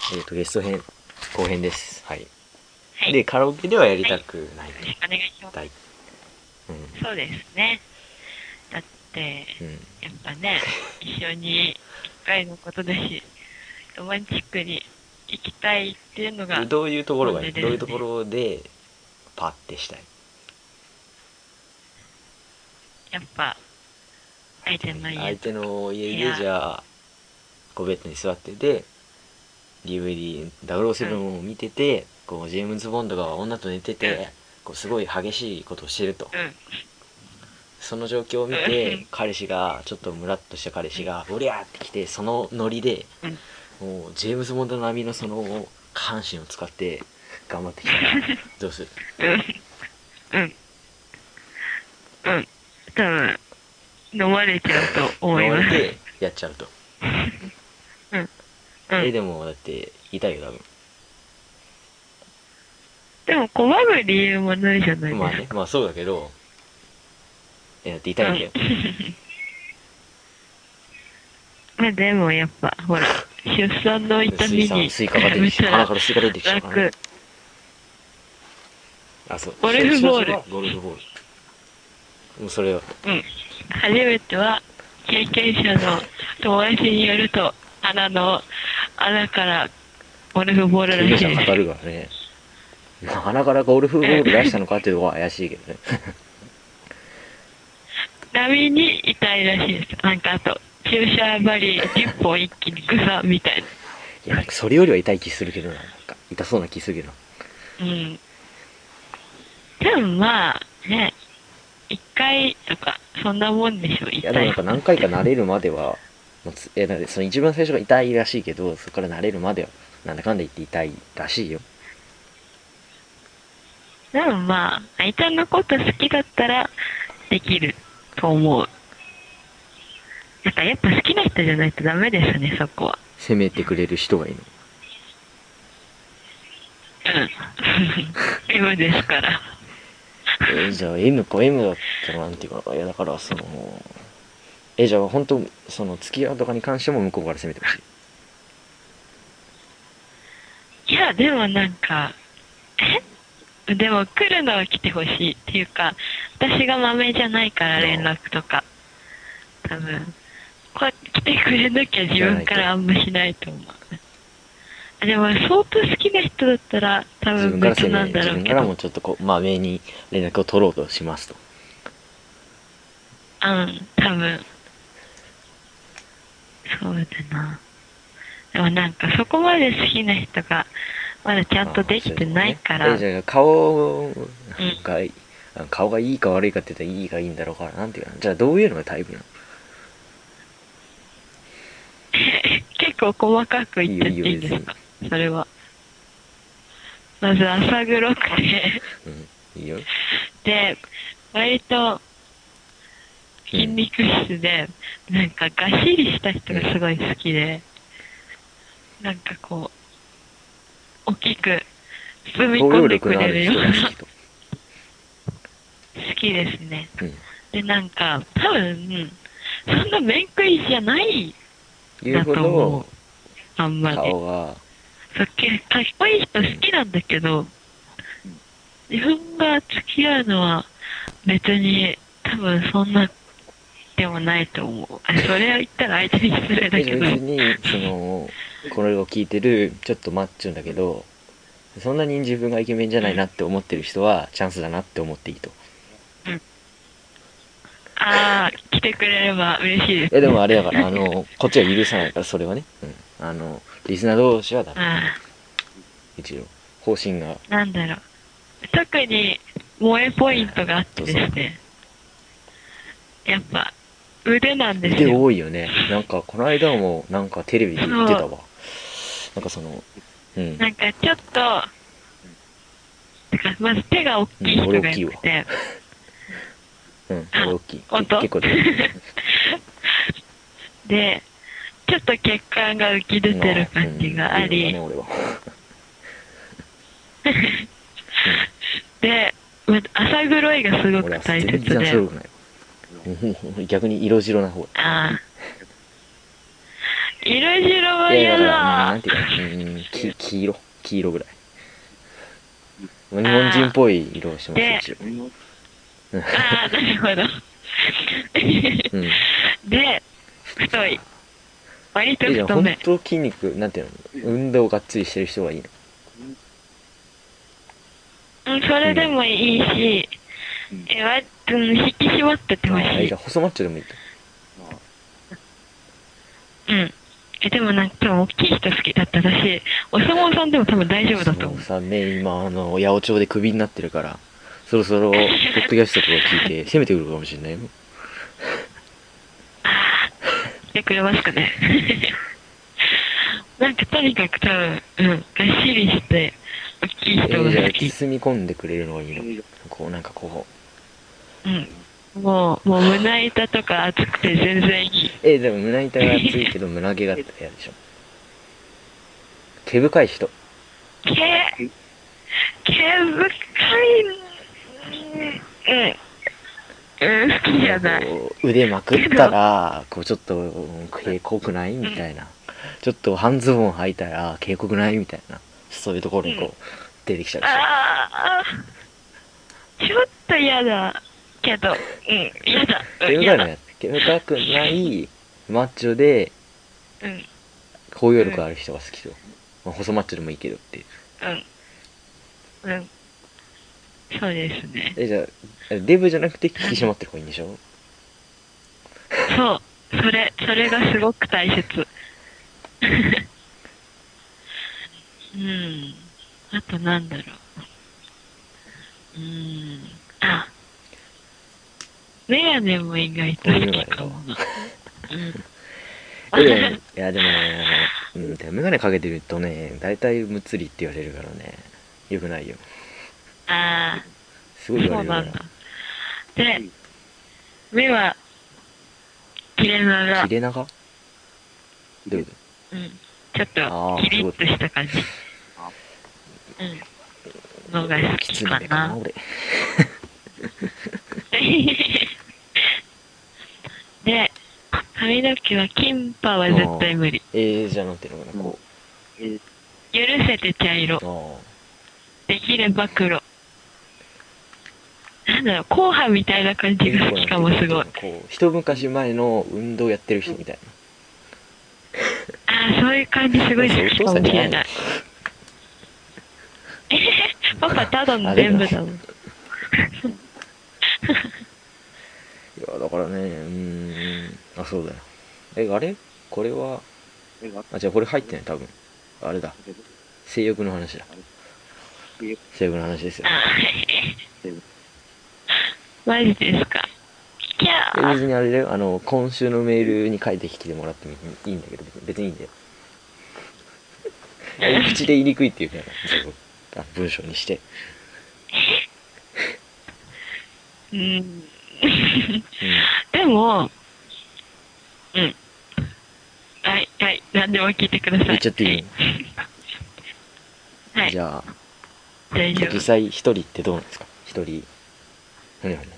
ゲスト編後編です。はい。 はい。 で、カラオケではやりはい。よたくないろしくお願いします。 と。はい。うそうですね。だって、 ん。うん。 やっぱね、一緒に一回のことだし、ロマンチックに行きたいっていうので、 がどういうところ本音がいい？どういうとこですね。 ろでパッてしたい？ やっぱ、相手の家相手とか、 の家で、じ部屋、 ゃあ、こうベッドに座ってて、 うん、 DVD007 を見てて、こう、ジェームズ・ボンドが女と寝てうん、 て、こう、すごい激しいことをしてると。 うん、 その状況をう見て、 ん、 彼氏が、ちょっとムラっとした彼うん、 氏が、おりゃーって来て、そのノリで、 うん、 もう、ジェームズ・ボンド並みのその、下半身を使って、頑張ってきたら、どうする？ うん、うん、うん。多分、飲まれちゃうと思います。 飲まれて、やっちゃうと。 うん、うん。 でも、だって、痛いよ、多でも、拒む理由もないじゃない分。まあね、 ですか。 まあそうだけど、だって痛うん。 いんだよ。 まあでもやっぱ、ほら、出産の痛みにスイカが出てきちゃう。 比べたら鼻からスイカ出てきちゃうからね。 楽。 あ、そう。 ゴルフボール。 少女はゴルフボール。もうそれは、 うん。初めては、経験者の友達によると、鼻の穴からゴルフボール経験者語らしいですよ。 るからね。まあ、鼻からゴルフうボール出したん。 のかっていうとこは怪しいけどね。 波に痛いらしいです。なんかあと、注射針10本一気にグサみたいな。 いや、なんかそれよりは痛い気するけどな。なんか、痛そうな気するけど。 うん。でもまあ、ね、一回とか、そんなもんでしょ、 いや、でも痛いなんか何人って。 回か慣れるまでは、なんかその一番最初が痛いらしいけど、そこから慣れるまでは、なんだかんだ言って痛いらしいよ。 でもまあ、相手のこと好きだったらできると思う。なんかやっぱ好きな人じゃないとダメですね、そこは。 責めてくれる人がいいの。 うん。M ですから。 じゃあ M か M だったらなんていうかな。いや、だからその、じゃあ本当その付き合うとかに関しても向こうから責めてほしい？ いや、でもなんか、でも来るのは来てほしいっていうか、私がマメじゃないから連あ絡とか、多分、こう来てくれなきゃ自じゃないと。 分からあんましないと思う。でも相当好きな人だったら多分別なんだ自ろうけど、 分からもちょっとこう、まあ、目に連絡を取ろうとしますと。 うん、多分、そうだな。でもなんかそこまで好きな人がまだちゃんとああ、 できてないそういうとこね。 から、 じゃあ顔うん。 が、顔がいいか悪いかって言ったらいいがいいんだろうから、なんていうかな。じゃあどういうのがタイプなの？ 結構細かく言っいいよいいよちゃっていいん別に。 ですか？それは。まず朝黒くていいよ。 で、割とうん。 筋肉質で、なんかがっしりした人うん。 がすごい好きで、なんかこう、大きく包み包容込んで力のあるくれるような、 人が好きと。 好きですね。 うん。 で、なんか、多分、そんな面食いじゃないんだ言うほど、 と思う。あんまり。 顔が、 かっこいい人うん。 好きなんだけど、自分が付き合うのは別に多分そんなでもないと思う。それを言ったら相手に失礼だじゃあけど。 別に、その、これを聞いてる、ちょっとマッチョんだけど、そんなに自分がイケメンじゃうん。 ないなって思ってる人は、チャンスだなって思っていいと。 うん。ああ、来てくれれば嬉しいですでもね。 あれだから、こっちは許さないから、それはね。うん。リスナー同士はダメ。 あ一応。方針が、 あ、なんだろう。特に萌えポイントがあってどうぞ。 ですね。やっぱ腕なんです腕よ。 多いよね。なんか、この間も、なんかテレビで言ってそう。 たわ。なんかその、うん。 なんかちょっと、てかまず手が大うん、 きい人が俺大きいわ。 よくて、 うん、俺あ、 大きい。 本当？ 結構でかい。 で、ちょっと血管が浮き出てるう感じん、 があり、 微妙だね、俺は。うん。 で、朝黒いがすご俺はく大全切で、 然白くない。逆に色白な方。 ああ、 色白はいや、だ嫌から、なだ。 んていうかな、黄色ぐらい。日本人っぽい色をしてます、 で、 一応。 ああ、なるほど。 うん。 で、太い。割とじゃあ、 太め。 本当筋肉、なんていうの、運動がっつりしてる人がいいの。 うん、それでもいいし、引き締まっててほしじゃあ、 い。 細マッチョでもいいと。 うん。でもなんか多分大きい人好きだったらしい。お相撲さんでも多分大丈夫だと思う。 そうさね、今、八百長でクビになってるから、そろそろ、ポッドキャストとか聞いて、攻めてくるかもしれないよ。 来てくれますかね。なんかとにかく多分、うん、がっしりして、大きい人がじゃあ、 好き。 包み込んでくれるのがいいの。こう、なんかこうん。もう胸板とか厚くて全然いい。 う。でも胸板が厚いけど、胸毛があったら嫌でしょ。毛深い人。 毛、毛深い、好きじゃない。 こう、腕まくったけど、 ら、こう、ちょっと、毛濃くないみたいな。ちょっと半ズボン履いたら、毛濃くないみたいな。そういうところにこう、出てきちゃうでしょ。 ああ、ちょっと嫌だ。けど、嫌だ。嫌だ。 毛深くない、マッチョで、 うん、 包容うん、 力ある人が好きと。まあ、細マッチョでもいいけどっていう。 うん、うん。そうですね。 じゃあ、デブじゃなくて引き締まってる方がいいんでしょ？ そう。それがすごく大切。うん。あとなんだろう。あ、メガネも意外と俺好メガネだわ。 きかも。うん。 でもね、メガネかけてるとね、大体むっつりって言われるからね、よくないよ。 あすごい言われるから。 そうなんだ。で、目は切れ長。 切れ長どういうこうん。ちょっと、 と？ああ、 キリッとした感じ。のが好ききつね目かな、 かな。 俺。 で、髪の毛はキンパは絶ああ。 対無理。 じゃあなんていうのかな、こ許せて茶色。 う。あできれば黒。なんだろう、硬派みたいな感じが好きかも、すごい。 こう、一昔前の運動やってる人みたいああ、そういう感じすごな。 い好きかもしれない。パパただの全部だもん。 いや、だからね、そうだよ。あれこれは、じゃあこれ入ってない、多分。あれだ。性欲の話だ。性欲の話ですよ。 あマジですか。キャー。 別にあれだよ、今週のメールに書いてきてもらってもいいんだけど、別にいいんだよ。口で言いにくいっていうから、そう文章にして。 うん。 うん。 でも、うん。はい、はい。何でも聞いてください。 言っちゃっていいの？ はい。 じゃあ、 大丈夫。 実際一人ってどうなんですか？一人。何々。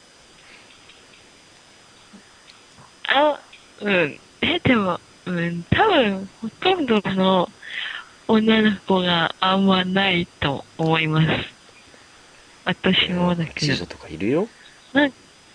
あ、うん。でも、多分、ほとんどの女の子があんまないと思います。私もだけど。 知女とかいるよ。 なん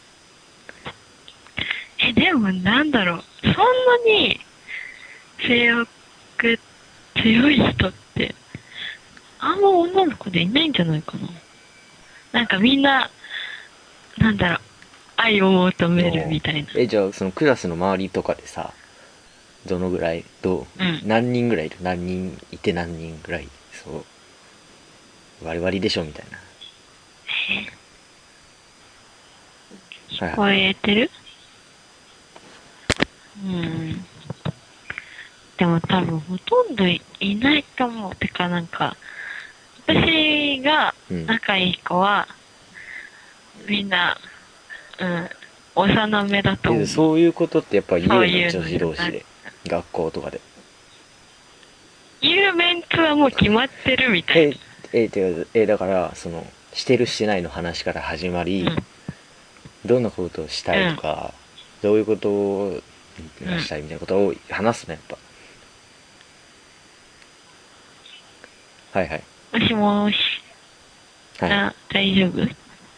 でもなんだろう。そんなに性欲強い人って、あんま女の子でいないんじゃないかな。なんかみんな、なんだろう、愛を求めるみたいな。 じゃあそのクラスの周りとかでさ、どのぐらい、 うん。 何人ぐらいいる？何人いて何人ぐらい、そう、割り割りでしょみたいな。はい超はい。 えてる。うん。でも多分ほとんどいないかも。てかなんか、私が仲いい子は、みんな、うん、幼めだと思う。 そういうことってやっぱ言そううの？女いうのじゃなく子同士で。学校とかで。 言うメンツはもう決まってるみたいだから、してるしてないの話から始まり、 な。 どんなことをしたいとか、どういうことをがしたいみたいなことを話すね、やっぱ。はいはい。 もしもーし。 はい。 あ、大丈夫？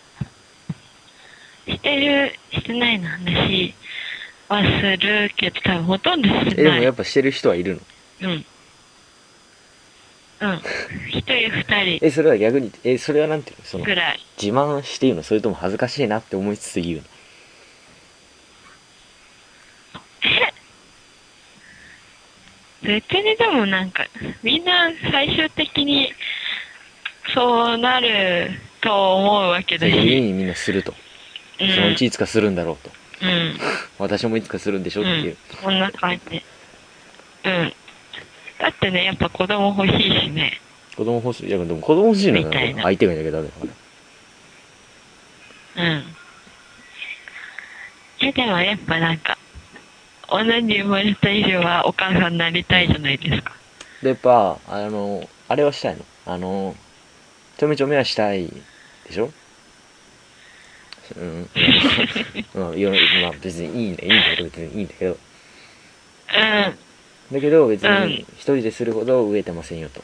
してないの話はするけど、多分ほとんどしてでもない。 やっぱしてる人はいるの？ うん。うん。一人二人それは逆に、それはなんていうの、 ぐらい。 自慢して言うの？それとも恥ずかしいなって思いつつ言うの？ 別にでもなんか、みんな最終的にそうなると思うわけだ無意味し。 にみんなすると。 うん。 そのうちいつかするんだろうと。 うん。 私もいつかするんでしょうん。 っていう。 こんな感じ。うん。だってね、やっぱ子供欲しいしね。 子供欲しい。いや、でも子供欲しいのはみたいな。 相手がいなきゃダメだから。 うん。でもやっぱなんか、同じ生まれた以上はお母さんになりたいじゃないですか。 で、やっぱ、あれはしたいの。ちょめちょめはしたいでしょ？うん。いや、まあ別にいいんだけど、別にいいんだけど。だけど別に一人でするほど飢えてませんよと。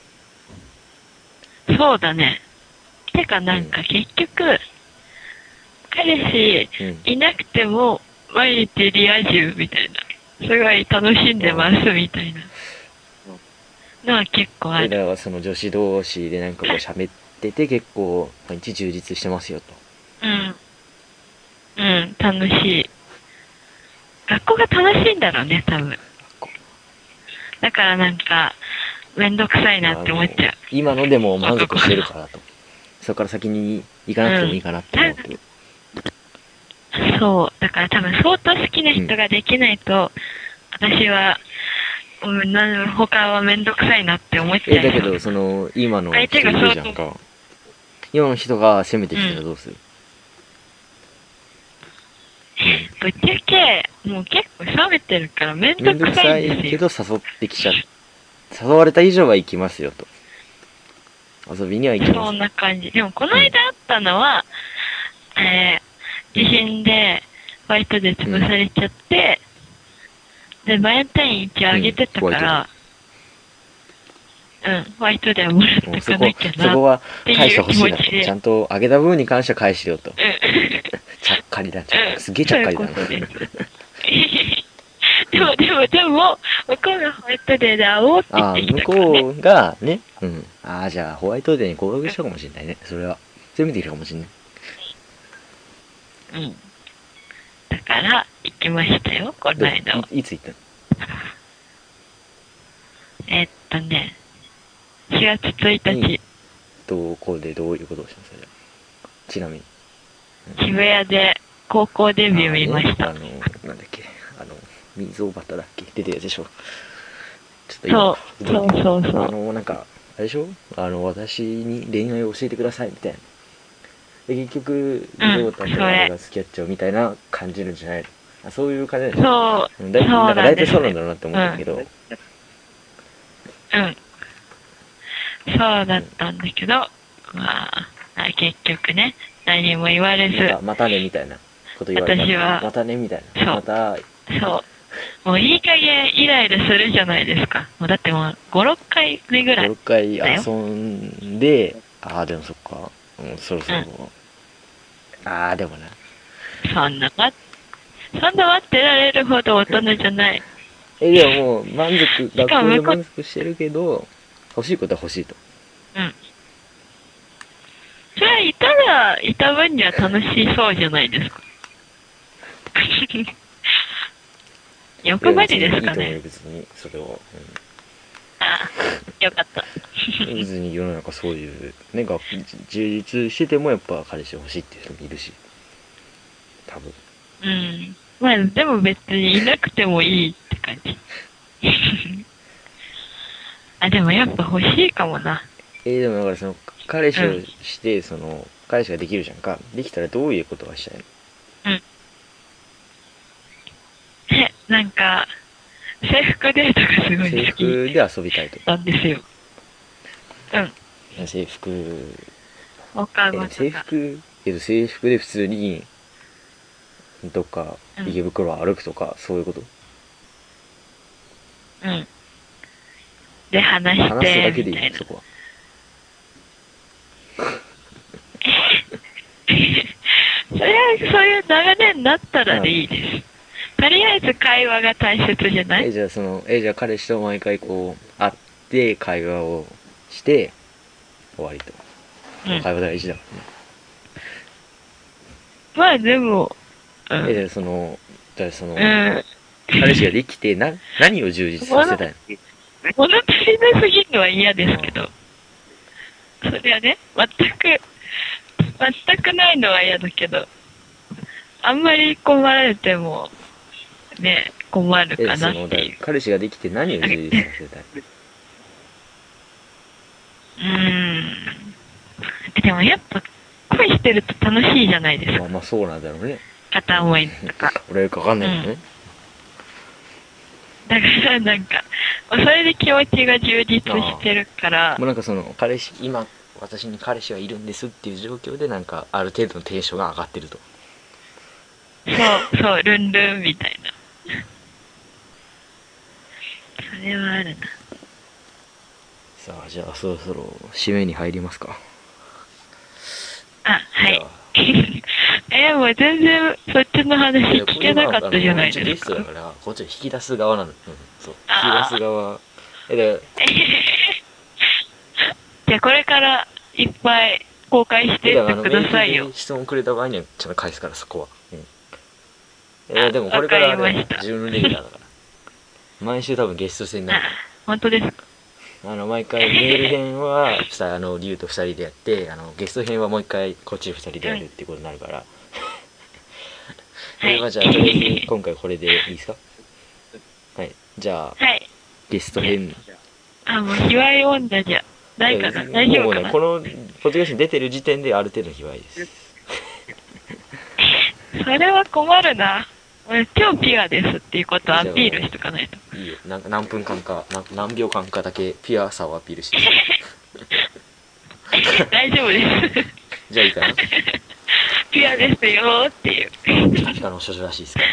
うん。そうだね。てかなんか結局、彼氏いなくても毎日リア充みたいな。すごい楽しんでますみたいなのは結構ある。 だからその女子同士でなんかこう喋ってて結構毎日充実してますよと。 うん。うん、楽しい。学校が楽しいんだろうね、多分。だからなんか、めんどくさいなって思っちゃう。 今のでも満足してるからと。そこから先に行かなくてもいいかなって思うけど。 そう。だから多分相当好きな人ができないと、私は、他はめんどくさいなって思っちゃう。 だけど、今の人いるじゃんか。今の人が攻めてきたらどうする？ ぶっちゃけ、もう結構冷めてるからめんどくさいんですよ。 けど誘ってきちゃう。誘われた以上は行きますよと。遊びには行きます。 そんな感じ。でもこの間あったのは、地震でバイトで潰されちゃって、で、バレンタイン一応あげてたから、ホワイトデーもらってかなきゃな。 そこは返してほしいなと。ちゃんとあげた分に関しては返してよと。ちゃっかりだ。すげえちゃっかりだな。 でも、向こうがホワイトデーで会おうって言ってきたから、ね。 向こうがね、じゃあホワイトデーに合格したかもしれないね。それは。そういう意味でいいかもしれない。 だから、行きましたよ、この間は。 いつ行ったの 4月1日。 ここでどういうことをしますか？ちなみに。 渋谷で高校デビュー見ました。 なんだっけ、溝端だっけ出てるやつでしょ。ちょっとそう。 なんか、あれでしょ？私に恋愛を教えてくださいみたいな。で、結局、溝端が好きやっちゃうみたいな感じるんじゃないの？そういう感じなんじゃない？なんか大体そうなんだろうなって思ったけど。 そうだったんだけど、まあ、結局ね、何も言われず。 またねみたいなこと言われた。 私は、 またねみたいな。 そう。もういい加減イライラするじゃないですか。もうだってもう5、6回目ぐらい。 5、6回遊んで、でもそっか。そろそろ。でもな。 そんな待ってられるほど大人じゃない。 でももう学校で満足してるけど、欲しいことは欲しいと。 それはいた分には楽しそうじゃないですか。欲張りですかね。いいと思うよ、 別に、それは。 よかった。 別に世の中そういう、ね、充実しててもやっぱ彼氏欲しいっていう人もいるし。多分。 まあ、でも別にいなくてもいいって感じ。でもやっぱ欲しいかもな。 でもだから彼氏をして、彼氏ができるじゃんか。できたらどういうことがしたいの？ なんか、制服デートがすごい好き。 制服で遊びたいと。 なんですよ。 制服。 放課後とか。 制服で普通に、 どっか池袋を歩くとか、そういうこと？ うん。で、話し話すだて、 けでいみたいな。 いそこは。 それは、そういう流れになったらでいいです。とりあえず会話が大切じゃない？ じゃあ彼氏と毎回こう、会って会話をして、終わりと。 うん。 会話大事だからね。 まあでも、うん。 じゃあうん。 彼氏ができて何を充実させたいの？ 物足りなすぎるのは嫌ですけど、それはね、全くないのは嫌だけど、あんまり困られても、ね、困るかなっていう。 彼氏ができて何を充実させたい？ でもやっぱ恋してると楽しいじゃないですか。 まあまあそうなんだろうね。 片思いとか。 俺よくわかんないけどね。 だからなんか、それで気持ちが充実してるから。 もうなんか今、私に彼氏はいるんですっていう状況でなんか、ある程度のテンションが上がってると。 そう、ルンルンみたいな。それはあるな。 さあ、じゃあそろそろ締めに入りますか。 あ、はい。もう全然そっちの話聞けなかったじゃないですか。 ゲストだから、こっちは引き出す側なの。そう。引き出す側。 じゃあこれからいっぱい公開してってくださいよ。 質問くれた場合にはちゃんと返すから、そこは。でもこれからあれ自分のレギュラーだから。毎週多分ゲスト戦になるから。 本当ですか？ 毎回メール編はリュウと2人でやって、ゲスト編はもう一回こっち2人でやるってことになるから。まあじゃあとりあえず今回これでいいですか？はい。じゃあ、ゲスト編。 もう卑猥女じゃないかな。大丈夫かな？ このポッドキャストに出てる時点である程度の卑猥です。 それは困るな。俺超ピュアですっていうことをアピールしとかないと。 いいよ。何分間か何秒間かだけピュアさをアピールして。 大丈夫です。 じゃあいいかな。 ピュアですよーっていう。 少女らしいですから。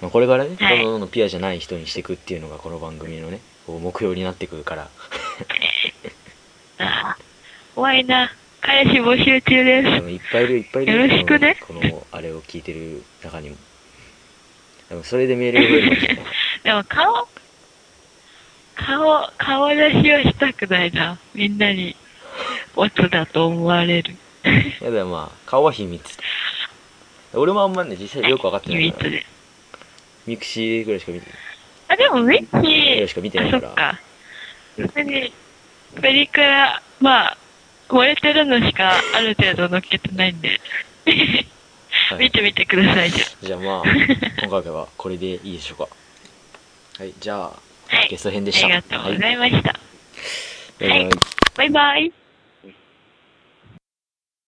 これからね、どんどんピュアじゃない人にしていくっていうのがこの番組のね、目標になってくるから。 怖いな。彼氏募集中です。 でもいっぱいいる。 よろしくね。 このあれを聞いてる中にも。でもそれでメールが増えるかもしれない。 でも顔出しはしたくないな。みんなにオツだと思われる。 いやでもまあ顔は秘密。俺もあんまね実際よく分かってないから。秘密で。ミクシーぐらいしか見てない。 でもミクシーぐらいしか見てないから。 そっか。プリクラ、まあ、漏れてるのしかある程度載っけてないんで。見てみてください、 じゃあまあ、今回はこれでいいでしょうか。はい、じゃあ、ゲスト編でした。 ありがとうございました。 バイバイ。 バイバイ。